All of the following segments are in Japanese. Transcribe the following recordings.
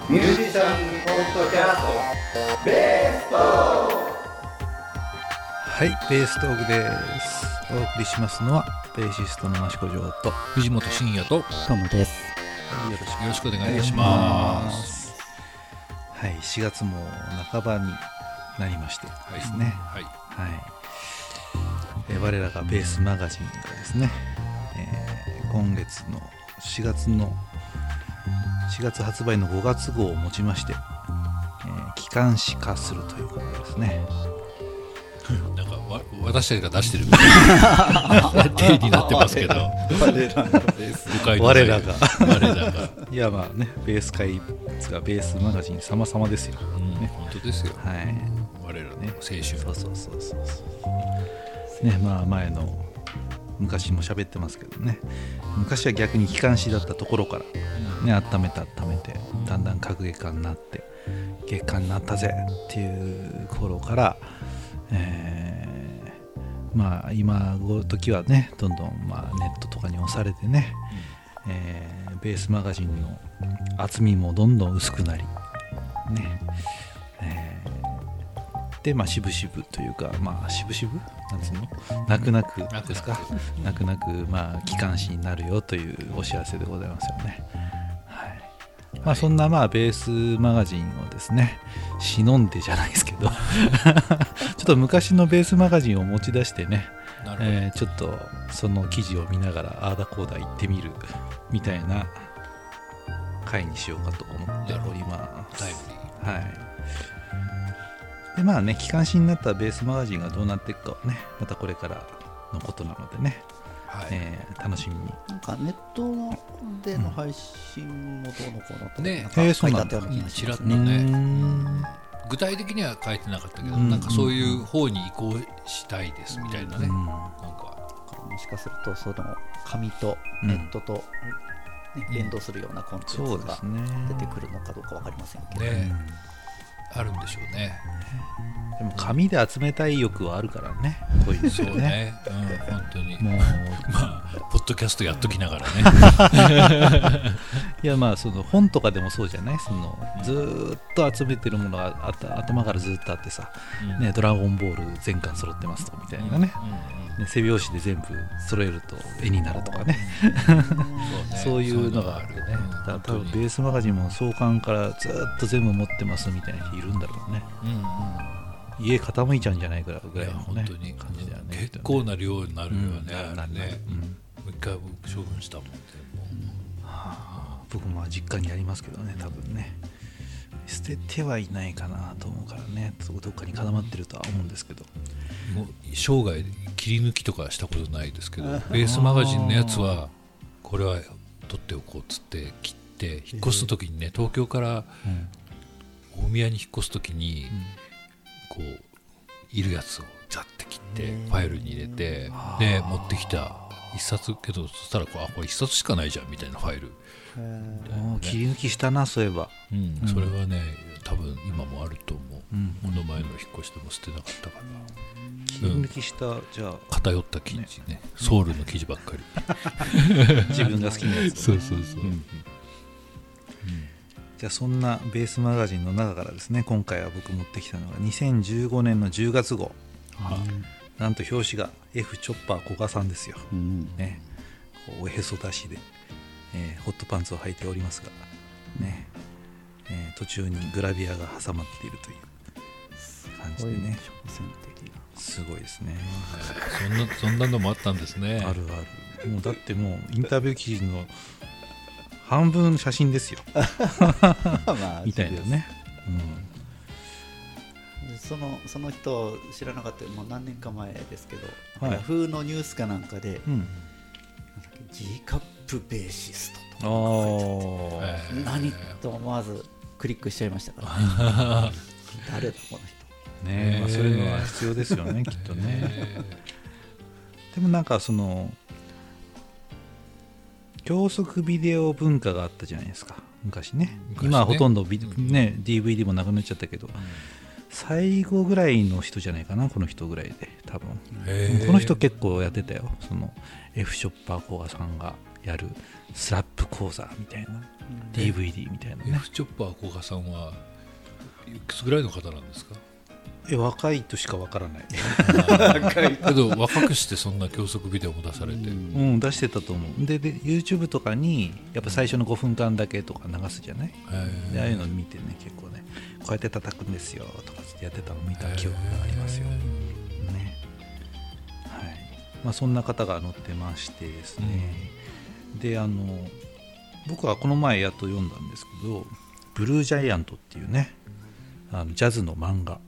ミュージシャンポッドキャストベーストーはい、ベーストークです。お送りしますのはベーシストの益子城と藤本慎也とトムです。 よろしくよろしくお願いします。 はい、4月も半ばになりましてですね、 はい、 我らがベースマガジンがですね、今月の4月発売の5月号をもちまして、機関誌化するということですね。 なんか私たちが出してるみたいな体になってますけど我らがいやまあね、ベース界ですがベースマガジン様々ですよ、 ね、本当ですよ、はい、我らの青春、 そうね、まあ前の昔も喋ってますけどね、昔は逆に機関誌だったところからね、温めてだんだん各月間になって月間になったぜっていう頃から、まあ今時はね、どんどんまあネットとかに押されてね、ベースマガジンの厚みもどんどん薄くなりね、でまあ渋々というか、まあ渋々なんつうの、泣く泣くですか、泣く泣くまあ機関誌になるよというお知らせでございますよね。はい。まあそんなまあベースマガジンをですね、忍んでじゃないですけどちょっと昔のベースマガジンを持ち出してね、ちょっとその記事を見ながらああだこうだ言ってみるみたいな回にしようかと思っております。はい。でまあね、機関誌になったベースマガジンがどうなっていくかはね、またこれからのことなのでね、はい、楽しみに。 なんかネットでの配信もどうのこうのとね、 なんか書いてあったような気がしますね。具体的には書いてなかったけど、なんかそういう方に移行したいですみたいなね、なんかもしかするとその紙とネットと、ね、連動するようなコンテンツが出てくるのかどうか分かりませんけど、 あるんでしょうね。 でも紙で集めたい欲はあるからね、こういうそうね、本当にもうまあポッドキャストやっときながらねいやまあその本とかでもそうじゃない、そのずっと集めてるものが頭からずっとあってさ、ね、ドラゴンボール全巻揃ってますとみたいなね、背表紙で全部揃えると絵になるとかねそういうのがあってね、多分ベースマガジンも創刊からずっと全部持ってますみたいな人いるんだろうね。家傾いちゃうんじゃないぐらいのね、 本当に感じだよね。結構な量になるよね、あれね。もう一回処分したもんで、 僕も実家にありますけどね、多分ね捨ててはいないかなと思うからね、どっかに固まってるとは思うんですけど、 もう生涯切り抜きとかしたことないですけど、ベースマガジンのやつはこれは取っておこうっつって切って、引っ越す時にね、東京から大宮に引っ越す時にこういるやつをザッて切ってファイルに入れて、で持ってきた一冊けど、そしたらこれ一冊しかないじゃんみたいなファイル、 切り抜きしたな、そういえば、 それはね多分今もあると思う、この前の引っ越しでも捨てなかったから、 切り抜きした、じゃあ偏った記事ね、ソウルの記事ばっかり自分が好きなやつ、 そう、 じゃあそんなベースマガジンの中からですね、今回は僕持ってきたのが2015年の10月号、なんと表紙が F チョッパー古賀さんですよ、ね、おへそ出しで、ホットパンツを履いておりますが、ね、途中にグラビアが挟まっているという感じでね、すごいですね。 そんなのもあったんですね。 ある。もうだってもうインタビュー記事の半分写真ですよみたいなね、 その人知らなかった、もう何年か前ですけど、ヤフーのニュースかなんかで、G カップベーシストとか書いてあって、何と思わずクリックしちゃいましたから、誰だこの人ね、そういうのは必要ですよねきっとね。でもなんかその教則ビデオ文化があったじゃないですか、昔ね。今はほとんどDVD もなくなっちゃったけど、最後ぐらいの人じゃないかな、この人ぐらいで多分。この人結構やってたよ、その F ショッパー古賀さんがやるスラップ講座みたいな、DVD みたいなね。 F チョッパー古賀さんはいくつぐらいの方なんですか？ 若いとしかわからないけど若くしてそんな教則ビデオも出されて、 出してたと思う。で YouTube とかにやっぱ最初の5分間だけとか流すじゃない。でああいうの見てね、結構ねこうやって叩くんですよとかってやってたのを見た記憶がありますよ、ね。はい、そんな方が載ってましてですね、で僕はこの前やっと読んだんですけど、ブルージャイアントっていうねジャズの漫画、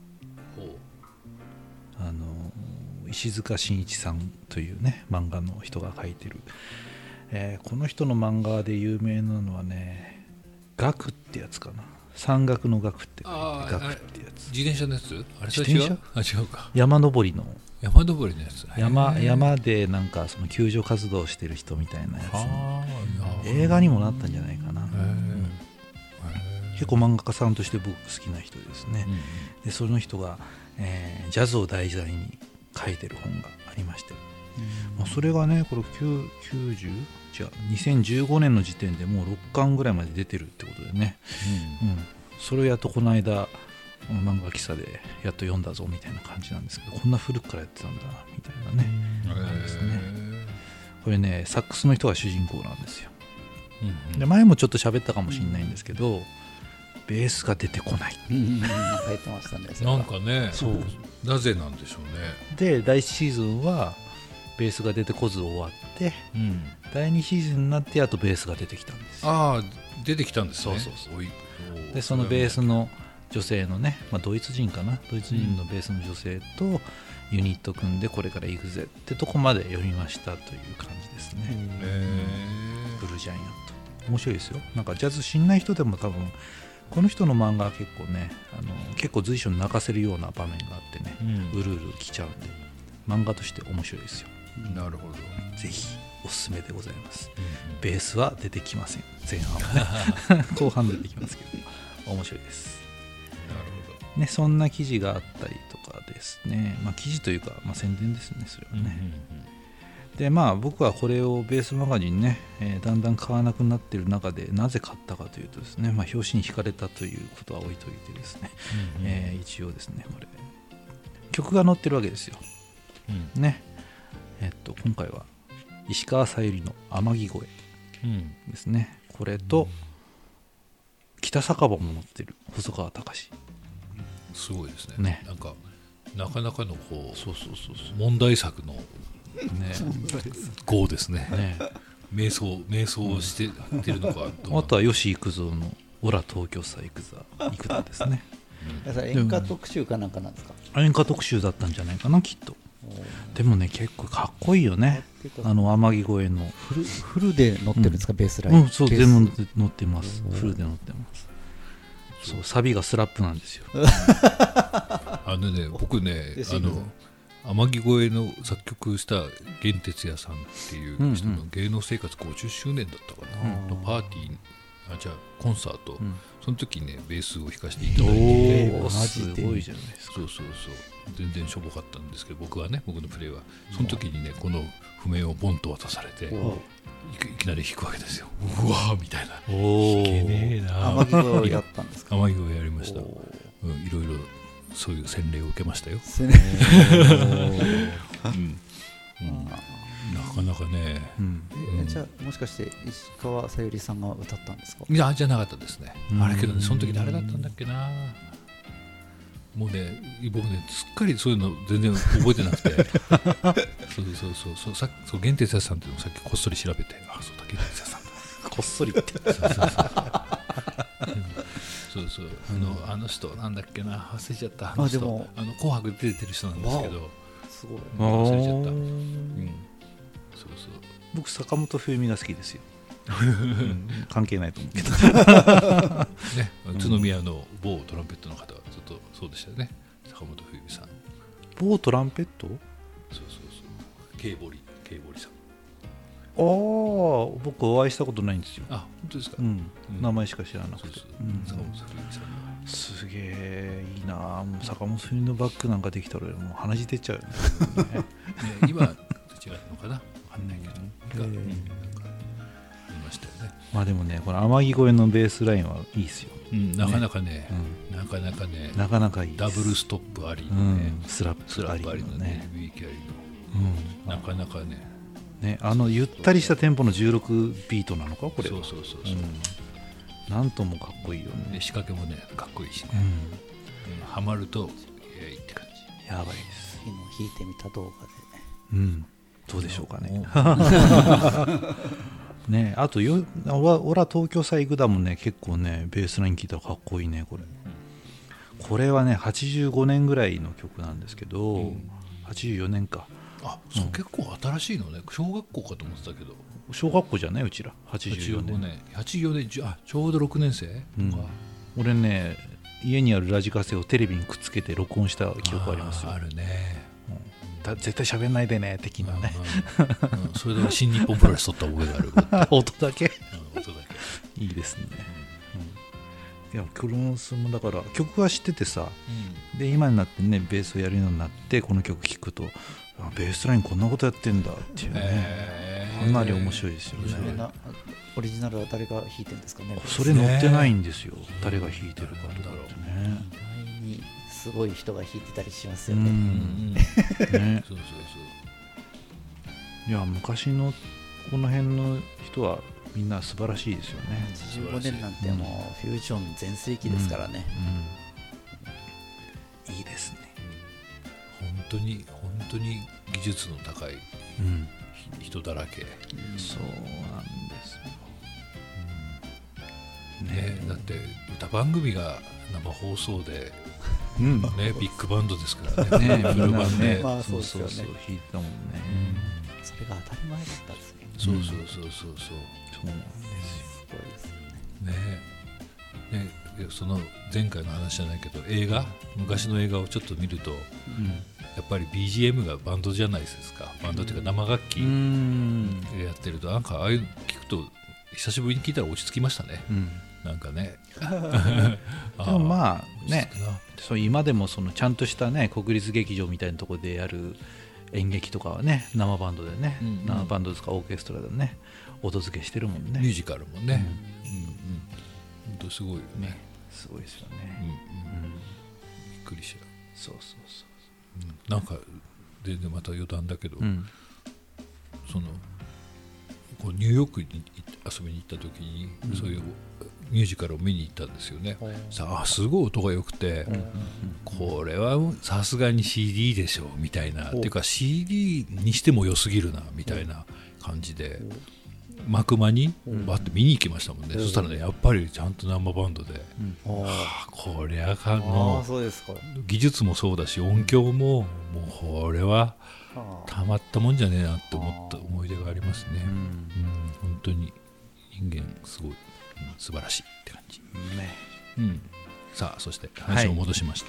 石塚真一さんというね漫画の人が書いてる、この人の漫画で有名なのはね、学ってやつかな。山岳の学って書いて学ってやつ。 自転車のやつ？あれ自転車？ 違うか。 山登りのやつ。 山でなんかその救助活動してる人みたいなやつ、映画にもなったんじゃないかな。結構漫画家さんとして僕好きな人ですね。でその人が、ジャズを題材に書いてる本がありまして、それがねこれ2015年の時点でもう6巻ぐらいまで出てるってことでね、それをやっとこの間漫画喫茶でやっと読んだぞみたいな感じなんですけど、こんな古くからやってたんだみたいなね感じですね。これねサックスの人が主人公なんですよ。で前もちょっと喋ったかもしれないんですけど、ベースが出てこない。 書いてましたね。 なんかね、そうなぜなんでしょうね。 で第1シーズンはベースが出てこず終わって、第2シーズンになってやっとベースが出てきたんです。 出てきたんですね。 そうでそのベースの女性のね、ドイツ人かな、ドイツ人のベースの女性とユニット組んでこれから行くぜってとこまで読みましたという感じですね。ブルージャイアント面白いですよ。なんかジャズ知んない人でも多分この人の漫画は結構ね結構随所に泣かせるような場面があってね、うるうるきちゃうんで漫画として面白いですよ。 なるほど。 ぜひおすすめでございます。ベースは出てきません、前半はね後半出てきますけど面白いです。 なるほどね。そんな記事があったりとかですね、記事というか、宣伝ですね、それはね。で僕はこれをベースマガジンね、だんだん買わなくなっている中でなぜ買ったかというとですね、表紙に惹かれたということは置いといてですね、一応ですねこれ曲が載ってるわけですよ、ね。今回は石川さゆりの天城越えですね、これと北酒場も載ってる細川たかし、 すごいですね。なかなかのこう問題作の号ですね。瞑想してるのかあとは吉幾三のオラ東京さ行くだですね。 演歌特集かなんかなんですか？ 演歌特集だったんじゃないかなきっと。でもね結構かっこいいよね。天城越えのフルで乗ってるんですか？ベースライン。 そう全部乗ってます。フルで乗ってます。そうサビがスラップなんですよ。 僕ね天城越えの作曲した源哲也さんっていう人の芸能生活50周年だったかな、のパーティーコンサート、その時にねベースを弾かせていただいて、 すごいじゃないですか。 そう全然しょぼかったんですけど僕のプレイはその時にねこの譜面をボンと渡されていきなり弾くわけですよ。うわーみたいな、弾けねえな。 天城越えやったんですか？ 天城越えやりました。いろいろそういう洗礼を受けましたよ。なかなかね。 じゃあもしかして石川さゆりさんが歌ったんですか？ いやじゃなかったですね。あれけどね、その時誰だったんだっけな。もうね僕ねすっかりそういうの全然覚えてなくてそう源哲也さんっていうのをさっきこっそり調べて、そうだ源哲也さんだこっそりってあの人なんだっけな、忘れちゃった。紅白出てる人なんですけど、 すごい忘れちゃった。 僕坂本冬美が好きですよ。関係ないと思うけどね、宇都宮の某トランペットの方はずっとそうでしたよね。坂本冬美さん。 某トランペット？ ケイボリさん。 僕お会いしたことないんですよ。 本当ですか？ 名前しか知らなくて。 坂本冬美さん。 すげえいいな。もう坂本冬美のバッグなんかできたらもう鼻血出ちゃうよね。 今違うのかな、分かんないけど。 ましたよね。 まあでもね、この天城越えのベースラインはいいですよ、 なかなかね、なかなかいいダブルストップありのね、 スラップありのね、 響きありの、なかなかね、 ゆったりしたテンポの16ビートなのかこれ。 そう、 なんともかっこいいよね。 仕掛けもねかっこいいしね、ハマるといいって感じ。 やばいです。 昨日弾いてみた動画でどうでしょうかね。ね、あとオラ東京さ行くだもんね、結構ねベースライン聴いたらかっこいいねこれ。これはね85年ぐらいの曲なんですけど、84年か。 そう、結構新しいのね。小学校かと思ってたけど。 小学校じゃない、うちら84年。 84年、ちょうど6年生とか。 俺ね、家にあるラジカセをテレビにくっつけて録音した記憶ありますよ。 あるね。 絶対喋んないでね的なね。 それで新日本プロレス撮った覚えがある。 音だけ。 音だけ。 いいですね。いやクロノスもだから曲は知っててさ、で今になってねベースをやるようになってこの曲聴くと、ベースラインこんなことやってんだっていうね、かなり面白いですよね。 オリジナルは誰が弾いてるんですかね。 それ載ってないんですよ、誰が弾いてるかとかってね。 にすごい人が弾いてたりしますよね。 そう。 いや昔のこの辺の人はみんな素晴らしいですよね。 85年なんてもうフュージョン全盛期ですからね。 いいですね。 本当に技術の高い人だらけ。 そうなんですよ。 ね、だって歌番組が生放送で、ビッグバンドですからね。フルバンで、 そう弾いたもんね。 それが当たり前だったんですね。 そうなんですよ。 そうなんですよ。 すごいですよね。その前回の話じゃないけど、昔の映画をちょっと見ると、やっぱり BGM がバンドじゃないですか。バンドっていうか生楽器でやってると、なんかああいうの聞くと久しぶりに聞いたら落ち着きましたね。なんかね。 でもまあね、そう今でもそのちゃんとしたね国立劇場みたいなところでやる演劇とかはね生バンドでね、生バンドですかオーケストラでね音付けしてるもんね。 ミュージカルもね。本当すごいよね。 すごいですよね。 びっくりした。 そう。 なんかでまた余談だけど、そのこうニューヨークに遊びに行った時に、そういうミュージカルを見に行ったんですよね。すごい音が良くて、これはさすがに CD でしょみたいな、っていうか CD にしても良すぎるなみたいな感じで、幕間にバッと見に行きましたもんね。そしたらね、やっぱりちゃんと生バンドで、こりゃ技術もそうだし音響ももうこれはたまったもんじゃねえなって思った思い出がありますね。本当に人間すごい素晴らしいって感じ。さあそして話を戻しまして、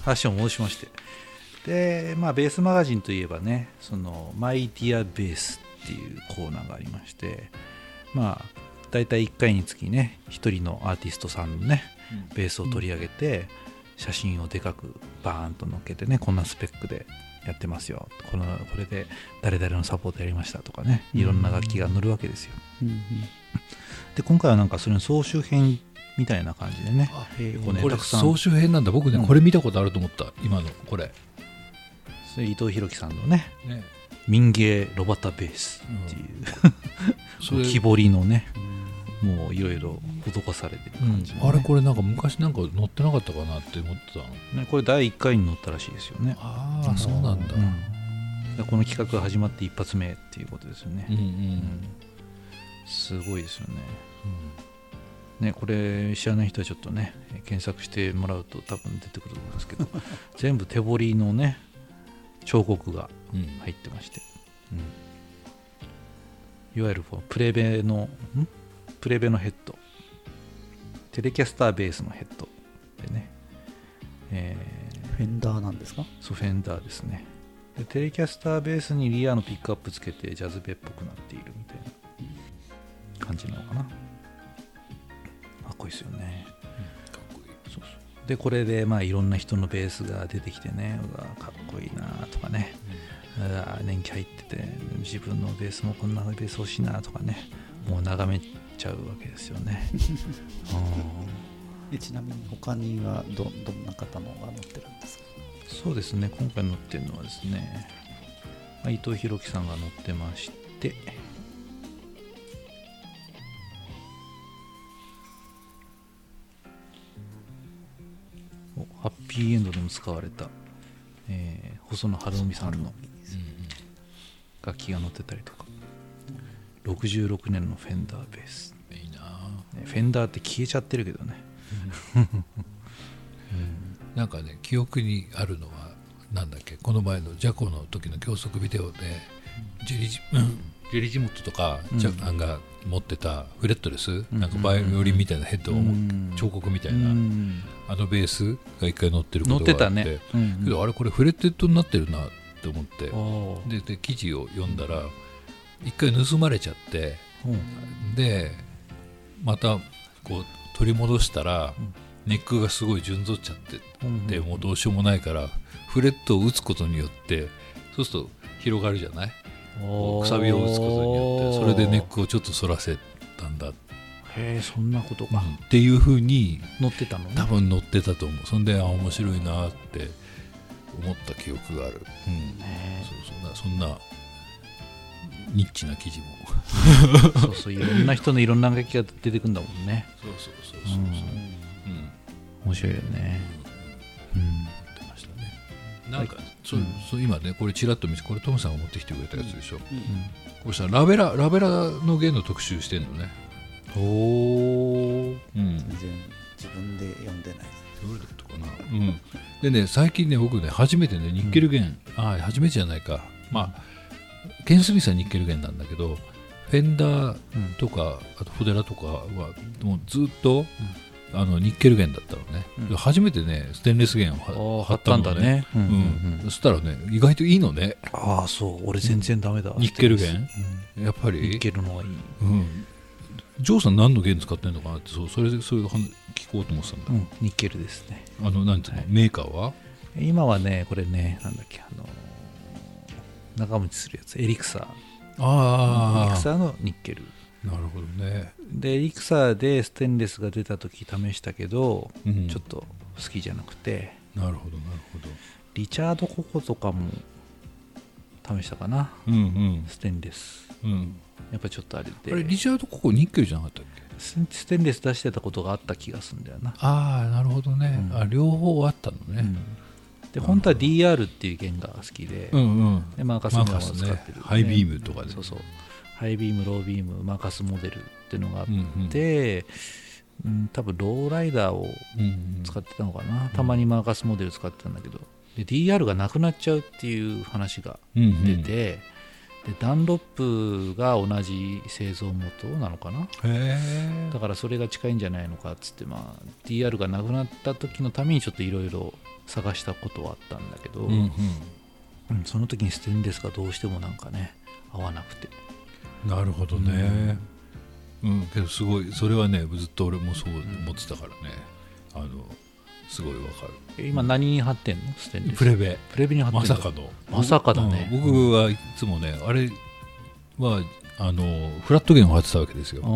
でベースマガジンといえばね、そのマイディアベースっていうコーナーがありまして、だいたい1回につきね1人のアーティストさんのね、ベースを取り上げて、写真をでかくバーンと載っけてね、こんなスペックでやってますよ、これで誰々のサポートやりましたとかね、いろんな楽器が載るわけですよ。で今回はなんかそれの総集編みたいな感じでね、 これ総集編なんだ。僕ね、これ見たことあると思った。今のこれ伊藤弘樹さんのね民芸ロバタベースっていう、木彫りのね、もういろいろ施されてる感じ、 あれこれなんか昔なんか載ってなかったかなって思ってたの、 これ第1回に載ったらしいですよね。 そうなんだ。 この企画が始まって一発目っていうことですよね。すごいですよね。これ知らない人はちょっとね検索してもらうと多分出てくると思いますけど全部手彫りのね彫刻が入ってまして、いわゆるプレベのヘッド、テレキャスターベースのヘッドでね、 フェンダーなんですか？ そう、フェンダーですね。でテレキャスターベースにリアのピックアップつけてジャズベっぽくなっているみたいな感じなのかな。かっこいいですよね。 かっこいい。 でこれでいろんな人のベースが出てきてね、かっこいいなとかね、年季入ってて自分のベースもこんなベース欲しいなとかねもう眺めちゃうわけですよね。 ちなみに他にはどんな方のが載ってるんですか？ そうですね、今回載ってるのはですね、伊藤博樹さんが載ってまして、ハッピーエンドでも使われた、細野晴臣さんの楽器が載ってたりとか、66年のフェンダーベース、 いいな。 フェンダーって消えちゃってるけどね、 なんかね、記憶にあるのはなんだっけ、この前のジャコの時の教則ビデオでジェリジモットとかジャンが持ってたフレットレス、なんかバイオリンみたいなヘッドを彫刻みたいな、あのベースが一回乗ってることがあって、ね、けどあれこれフレットヘッドになってるなって思って、で記事を読んだら一回盗まれちゃって、でまたこう取り戻したら、ネックがすごい順ぞっちゃってでもうどうしようもないからフレットを打つことによって、そうすると広がるじゃない、くさびを打つことによってそれでネックをちょっと反らせたんだ。 へえ、そんなことか、 っていう風に乗ってたのね。 多分乗ってたと思う。そんで面白いなって思った記憶がある。そんなニッチな記事もそうそう、いろんな人のいろんな楽器が出てくるんだもんね。 そう面白いよね。 言ってましたね。なんか、そう今ね、これちらっと見せ、これトムさんが持ってきてくれたやつでしょ。これさ、ラベラの弦の特集してんのね。 全然自分で読んでないです。 どれだったかな。でね、最近ね、僕ね、初めてね、ニッケル弦、初めてじゃないか、まあケン・スミスはニッケル弦なんだけど、フェンダーとか、あとフォデラとかはもうずっと、ニッケル弦だったのね、初めてねステンレス弦を貼ったんだね。そしたらね、意外といいのね。 ああ、そう、俺全然ダメだ。 ニッケル弦、やっぱりニッケルのがいい。 ジョーさん何の弦使ってるのかなって、それでそういう聞こうと思ってたんだ。 ニッケルですね。 なんていうの、メーカーは今はね、これね、なんだっけ、長持ちするやつ、エリクサー。エリクサーのニッケル。 なるほどね。 でエリクサーでステンレスが出た時試したけど、ちょっと好きじゃなくて。 なるほど。 リチャードココとかも試したかな、ステンレス、やっぱりちょっとあれで、 あれリチャードココニッケルじゃなかったっけ？ ステンレス出してたことがあった気がするんだよな。 なるほどね、両方あったのね。 で本当は DR っていう弦が好きで、でマーカスモデルを使ってる、 ハイビームとかで、 そうハイビーム、ロービーム、マーカスモデルっていうのがあって、多分ローライダーを使ってたのかな、たまにマーカスモデル使ってたんだけど、で DR がなくなっちゃうっていう話が出て、でダンロップが同じ製造元なのかな、だからそれが近いんじゃないのかっつって、DR がなくなった時のためにちょっといろいろ探したことはあったんだけど、その時にステンレスがどうしてもなんかね合わなくて。 なるほどね。けどすごい、それはねずっと俺もそう思ってたからね、すごいわかる。 今何に貼ってんの？ステンレス。 プレベに貼ってんの？ まさかの。 まさかだね。 僕はいつもね、あれはフラット弦を貼ってたわけですよ。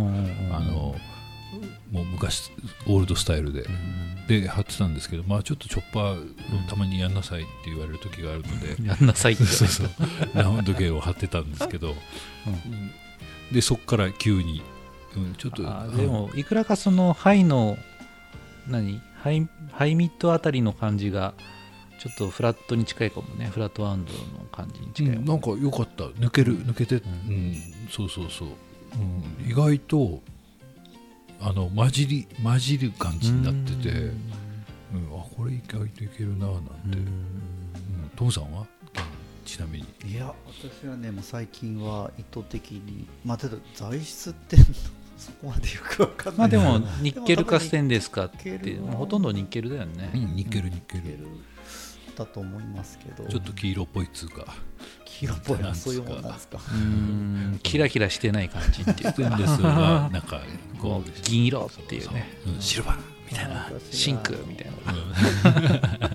もう昔オールドスタイルで貼ってたんですけど、ちょっとチョッパーたまにやんなさいって言われる時があるので、 やんなさいってラウンド弦を貼ってたんですけど、でそっから急に、ちょっとでもいくらかそのハイのハイミッドあたりの感じがちょっとフラットに近いかもね。フラットワンドの感じに近い、 なんか良かった。抜けて、そう、意外と混じる感じになってて、これ意外といけるななんて。トムさんはちなみに？ いや、私はねもう最近は意図的に、ただ材質ってそこまでよく分かんない。 でもニッケルかステンレスかってほとんどニッケルだよね。 ニッケルだと思いますけど、 ちょっと黄色っぽいっつうか、 黄色っぽいな、そういうもんなんですか。 キラキラしてない感じっていうか、 ステンレスはなんかこう銀色っていうね、 シルバーみたいな、 シンクみたいな。 あん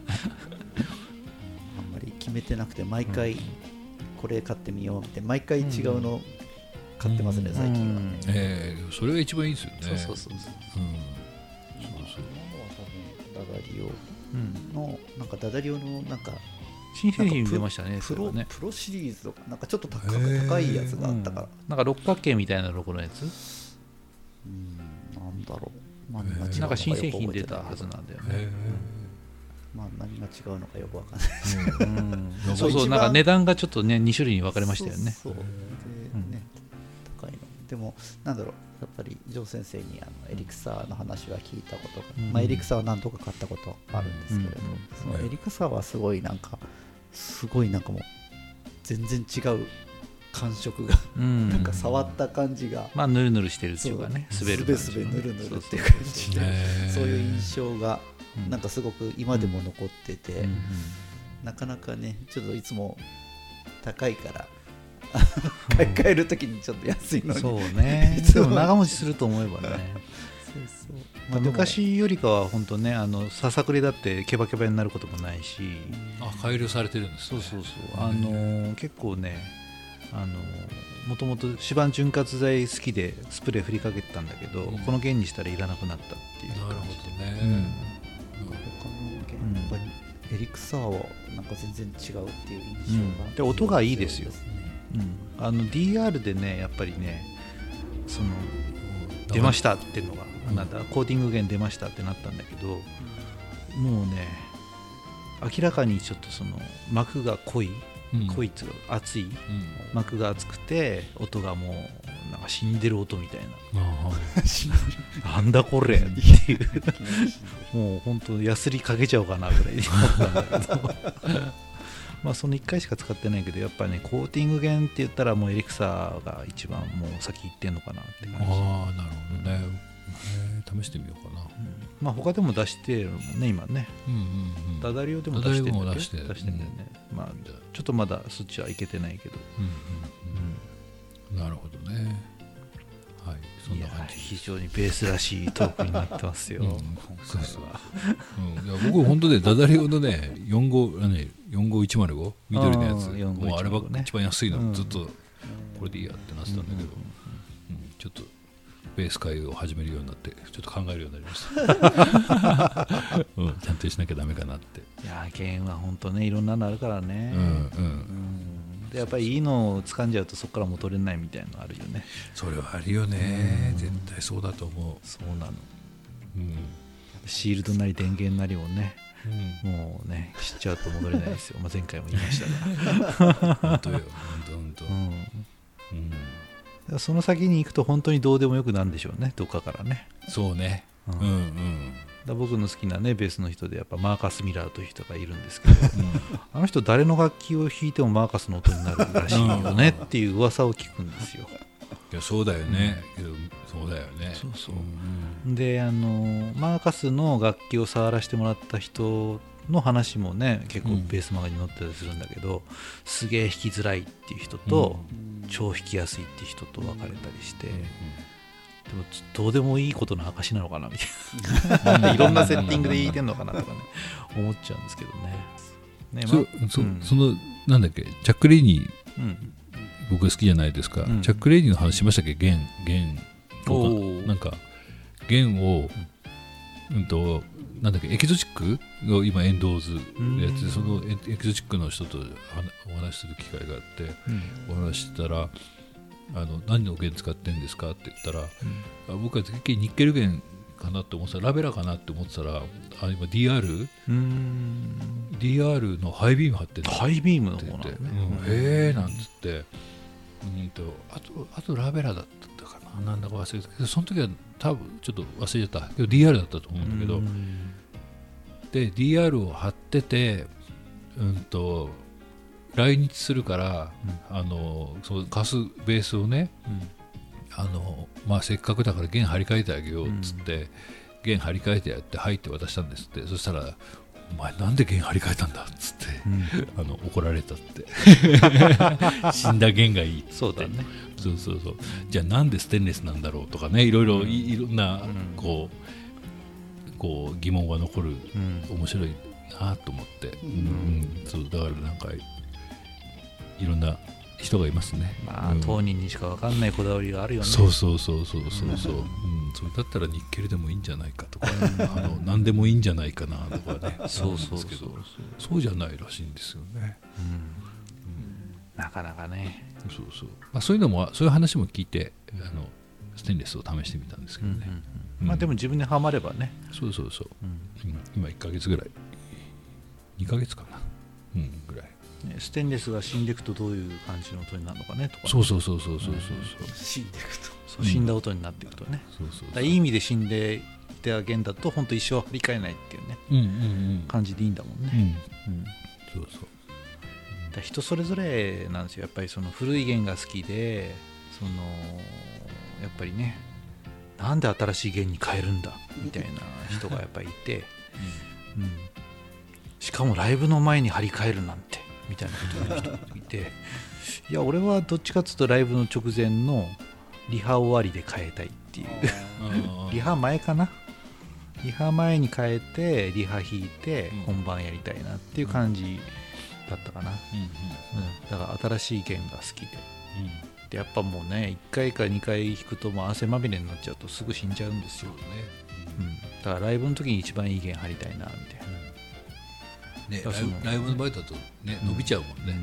まり決めてなくて、毎回これ買ってみようって毎回違うの買ってますね最近はね。 それが一番いいですよね。 そうそうそうそう。 ダダリオのなんかダダリオのなんか新製品出ましたね。 プロシリーズとかなんかちょっと高いやつがあったから、 なんか六角形みたいなロゴのやつ。 なんだろう。 なんか新製品出たはずなんだよね。 まあ何が違うのかよくわかんない。 そうそう、なんか値段がちょっとね2種類に分かれましたよね。 そうでね、高いの。でもなんだろう、やっぱりジョー先生にエリクサーの話は聞いたことが、エリクサーは何度か買ったことあるんですけれど、そのエリクサーはすごいなんかもう全然違う感触が、なんか触った感じが、 まあヌルヌルしてるっていうかね、滑る感じ、 ヌルヌルっていう感じで、そういう印象がなんかすごく今でも残ってて、なかなかねちょっといつも高いから買い替えるときにちょっと安いのに、 そうねでも長持ちすると思えばねまあ昔よりかは本当ねささくれだってケバケバになることもないし、 改良されてるんですね。 そう結構ねもともと指板潤滑剤好きでスプレー振りかけてたんだけど、この弦にしたらいらなくなったっていう。 なるほどね。 他の弦やっぱりエリクサーはなんか全然違うっていう印象が、 で音がいいですよ。DR でねやっぱりねその出ましたっていうのが、なんだコーティング弦出ましたってなったんだけど、もうね明らかにちょっとその膜が濃いっていうか熱い、膜が熱くて音がもうなんか死んでる音みたいななんだこれっていうもう本当ヤスリかけちゃおうかなぐらい思ったんだけどまあその1回しか使ってないけど、やっぱりねコーティング弦って言ったらもうエリクサーが一番もう先行ってんのかなって感じ。 なるほどね。試してみようかな。 まあ他でも出してるもんね今ね。ダダリオでも出してるんだよね。まあちょっとまだそっちはいけてないけど。 なるほどね。はい、そんな感じ。 非常にベースらしいトークになってますよ。 そうそう。僕本当でダダリオのね45105緑のやつ、もうあれば一番安いのずっとこれでいいやってなってたんだけど、ちょっとベース会を始めるようになってちょっと考えるようになりましたちゃんとしなきゃダメかなって。 いや弦は本当ねいろんなのあるからね。でやっぱりいいのを掴んじゃうとそこから戻れないみたいなのあるよね。 それはあるよね。絶対そうだと思う。 そうなの。シールドなり電源なりもね、もうね知っちゃうと戻れないですよ。前回も言いましたが本当よ本当。 その先に行くと本当にどうでもよくなるんでしょうね、どっかからね。 そうね。 だ僕の好きなねベースの人でやっぱマーカス・ミラーという人がいるんですけど、あの人誰の楽器を弾いてもマーカスの音になるらしいよねっていう噂を聞くんですよ。 いやそうだよね。そうだよね。 そうそう。でマーカスの楽器を触らせてもらった人の話もね結構ベースマガに載ってたりするんだけど、すげえ弾きづらいっていう人と、超弾きやすいっていう人と分かれたりして、でもどうでもいいことの証なのかなみたいないろんなセッティングで弾いてんのかなとかね思っちゃうんですけどね。 そのなんだっけチャック・レイニー、僕好きじゃないですか。チャック・レイニーの話しましたっけ。弦なんか弦をなんだっけエキゾチックが今エンドーズのやつで、そのエキゾチックの人とお話しする機会があって、お話ししたら何の弦使ってるんですかって言ったら、僕はニッケル弦かなって思ってたらラベラかなって思ってたら今 DR のハイビーム貼ってるハイビームの方なんだね。 へえなんつってあとラベラだったかな、なんだか忘れたけど、その時は多分ちょっと忘れちゃったけど DR だったと思うんだけど、で DR を貼ってて来日するから、その貸すベースをね、せっかくだから弦張り替えてあげようっつって、弦張り替えてやって入って渡したんですって。そしたらお前なんで弦張り替えたんだっつって、怒られたって死んだ弦がいいって。 そうだね。 そうじゃあなんでステンレスなんだろうとかね、いろんなこう疑問が残る、面白いなと思って、そうだからなんかいろんな人がいますね。 まあ、当人にしか分かんないこだわりがあるよね。 そう、それだったらニッケルでもいいんじゃないかとか何でもいいんじゃないかなとかねそうじゃないらしいんですよね。 なかなかね。 そういう話も聞いてステンレスを試してみたんですけどね。 まあでも自分にはまればね。 そう、今1ヶ月ぐらい2ヶ月かな、ぐらい。 ステンレスが死んでいくとどういう感じの音になるのかねとか、ね、 そう死んでいくと死んだ音になっていくとね、いい意味で死んでいた弦だと本当一生張り替えないっていうね、感じでいいんだもんね。だ人それぞれなんですよ。やっぱりその古い弦が好きでやっぱりね、なんで新しい弦に変えるんだみたいな人がやっぱりいて、しかもライブの前に張り替えるなんてみたいなことを言う人がいていや俺はどっちかっていうとライブの直前のリハ終わりで変えたいっていうリハ前かな、リハ前に変えてリハ弾いて本番やりたいなっていう感じだったかな。だから新しい弦が好きで、やっぱもうね1回か2回弾くともう汗まみれになっちゃうとすぐ死んじゃうんですよ。だからライブの時に一番いい弦張りたいなみたいな。 ライブの場合だとね伸びちゃうもんね。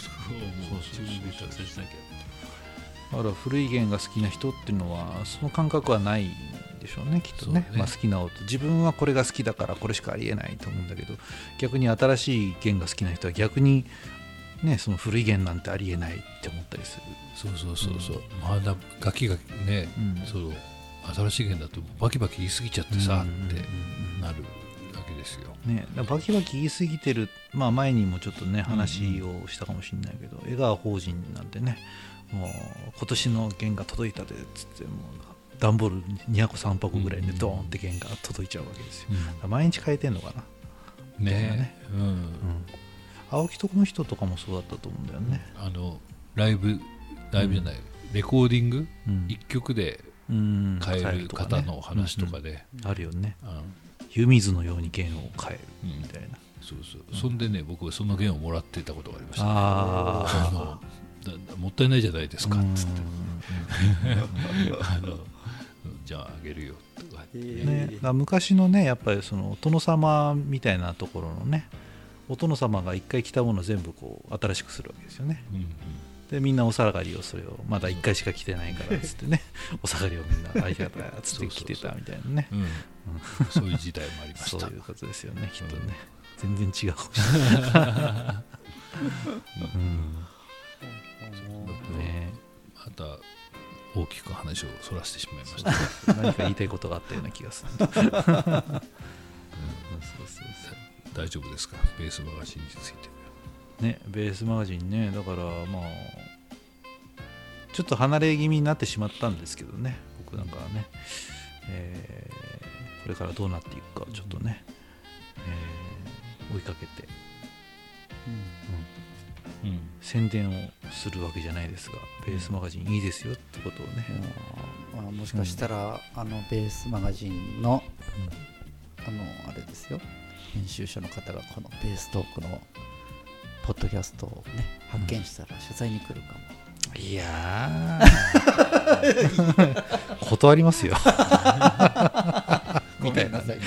だから古い弦が好きな人っていうのはその感覚はないんでしょうねきっとね。好きな音、自分はこれが好きだからこれしかありえないと思うんだけど、逆に新しい弦が好きな人は逆にねその古い弦なんてありえないって思ったりする。 まだ楽器がね、新しい弦だとバキバキ言い過ぎちゃってさってなるわけですよ。 バキバキ言い過ぎてる、前にもちょっとね話をしたかもしれないけど、江川法人なんてねもう今年の弦が届いたでっつってもう段ボール2箱3箱ぐらいでドーンって弦が届いちゃうわけですよ。毎日変えてんのかなね。青木とこの人とかもそうだったと思うんだよね。 ライブじゃない、レコーディング1曲で変える方の話とかであるよね。湯水のように弦を変えるみたいな。 そんでね僕はその弦をもらってたことがありました。もったいないじゃないですかっつってじゃああげるよとかね。昔のねやっぱりそのお殿様みたいなところのね、お殿様が一回着たものを全部こう新しくするわけですよね。でみんなお下がりをそれをまだ1回しか着てないからっつってねお下がりをみんなありがたいっつって着てたみたいなね。 そういう時代もありました。 そういうことですよねきっとね。全然違うかもしれないまた大きく話をそらしてしまいました何か言いたいことがあったような気がする大丈夫ですか、ベースマガジンについてね。ベースマガジンね、だからちょっと離れ気味になってしまったんですけどね、僕なんかはね、これからどうなっていくかちょっとね、追いかけて、宣伝をするわけじゃないですが、ベースマガジンいいですよってことをね、 もしかしたら、ベースマガジンの、あれですよ、編集者の方がこのベーストークのポッドキャストをね発見したら取材に来るかも。 いや断りますよみたいなさい。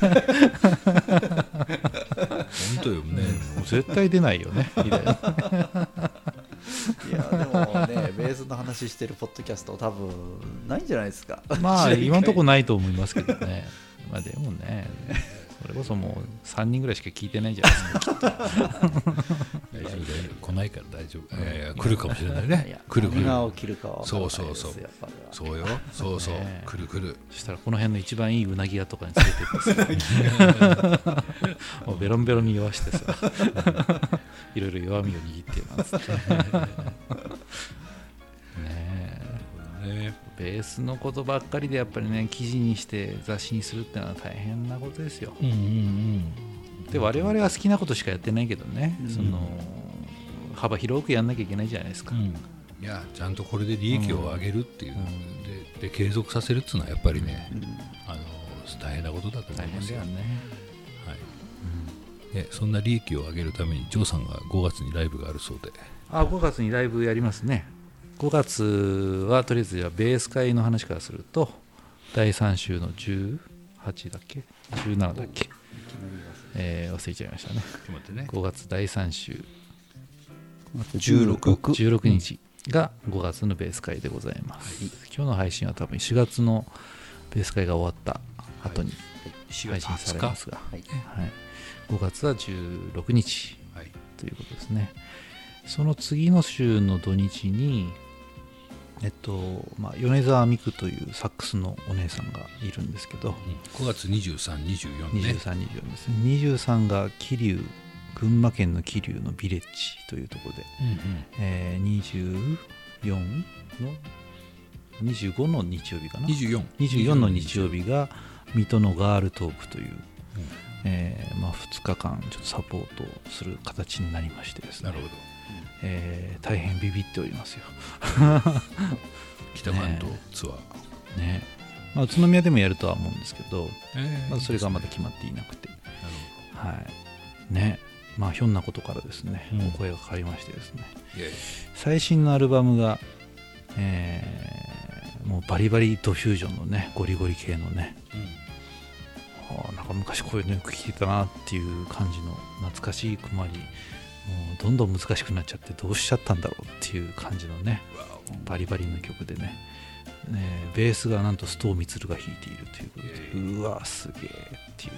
本当よね。 絶対出ないよねみたいな。 いやでもね、ベースの話してるポッドキャスト多分ないんじゃないですか。 今のところないと思いますけどね。でもね、それこそもう3人ぐらいしか聞いてないじゃないですか。 大丈夫来ないから大丈夫。来るかもしれないね。来る。 何が起きるかは分からないです。 そうよ。来る。 そしたらこの辺の一番いいうなぎ屋とかに連れてってさ、もうベロンベロンに酔わしてさ、いろいろ弱みを握ってなんつって。ベースのことばっかりでやっぱりね記事にして雑誌にするってのは大変なことですよ。で我々は好きなことしかやってないけどね、その幅広くやんなきゃいけないじゃないですか。 いやちゃんとこれで利益を上げるっていう、で継続させるっていうのはやっぱりね、大変なことだと思いますよ。 大変だよね。 そんな利益を上げるためにジョーさんが5月にライブがあるそうで。 5月にライブやりますね。5月はとりあえずじゃあベース会の話からすると、第3週の18だっけ17だっけ、忘れちゃいましたね。5月第3週16日が5月のベース会でございます、今日の配信は多分4月のベース会が終わった後に配信されますが、5月は16日ということですね。その次の週の土日に米沢美久というサックスのお姉さんがいるんですけど、 5月23、24ね。 23、24ですね。23が桐生、群馬県の桐生のビレッジというところで、25の日曜日かな、24の日曜日が水戸のガールトークという、2日間ちょっとサポートする形になりましてですね。なるほど。大変ビビっておりますよ。 北関東ツアー、 ね、宇都宮でもやるとは思うんですけど、まだそれがまだ決まっていなくて、はいね、ひょんなことからですね、お声がかかりましてですね、最新のアルバムが、もうバリバリドフュージョンのね、ゴリゴリ系のね、なんか昔こういうのよく聴いてたなっていう感じの懐かしいくまり、もうどんどん難しくなっちゃってどうしちゃったんだろうっていう感じのね、バリバリの曲でね、ベースがなんと須藤満が弾いているということで、うわすげえっていう、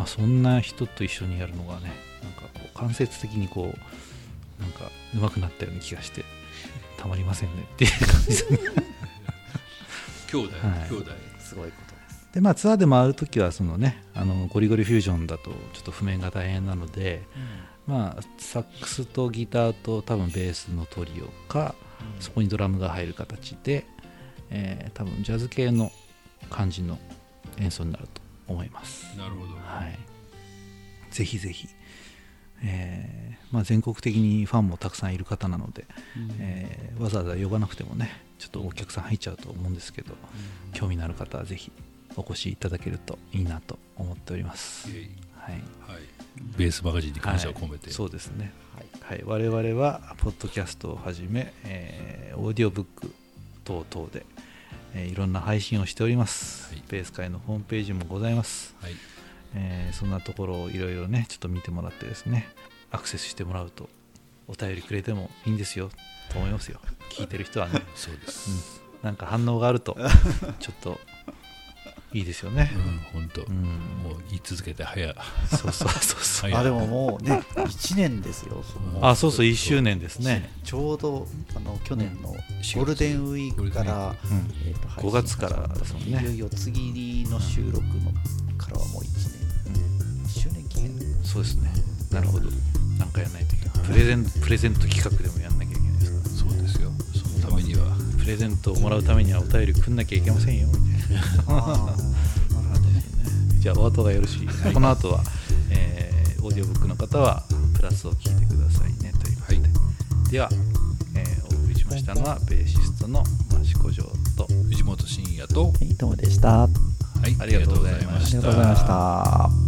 そんな人と一緒にやるのがね、なんかこう間接的にこうなんか上手くなったような気がしてたまりませんねっていう感じですね。 兄弟すごいことです。 でツアーで回るときはそのね、ゴリゴリフュージョンだとちょっと譜面が大変なので、サックスとギターと多分ベースのトリオか、そこにドラムが入る形で、多分ジャズ系の感じの演奏になると思います。 なるほど、 ぜひぜひ、全国的にファンもたくさんいる方なので、わざわざ呼ばなくてもね、ちょっとお客さん入っちゃうと思うんですけど、興味のある方はぜひお越しいただけるといいなと思っております。 ベースマガジンに感謝を込めて、 そうですね、我々はポッドキャストをはじめ、オーディオブック等々で、いろんな配信をしております、ベース会のホームページもございます、そんなところをいろいろねちょっと見てもらってですね、アクセスしてもらうとお便りくれてもいいんですよと思いますよ。聞いてる人はねそうです、 なんか反応があるとちょっといいですよね。 本当、もう言い続けて早い。 そうでももうね1年ですよ。 そう1周年ですね。 ちょうど去年のゴールデンウィークから 5月からですもんね。 いよいよ次の収録のからはもう1周年記念。 そうですね。なるほど。なんかやらないといけない。プレゼント企画でもやんなきゃいけないですから。 そうですよ。そのためにはプレゼントをもらうためにはお便りくんなきゃいけませんよみたいな。じゃあお後がよろしい。この後は、オーディオブックの方はプラスを聞いてくださいねということで、では、お送りしましたのはベーシストの益子城と藤本慎也と伊藤でした。 ありがとうございました。 ありがとうございました。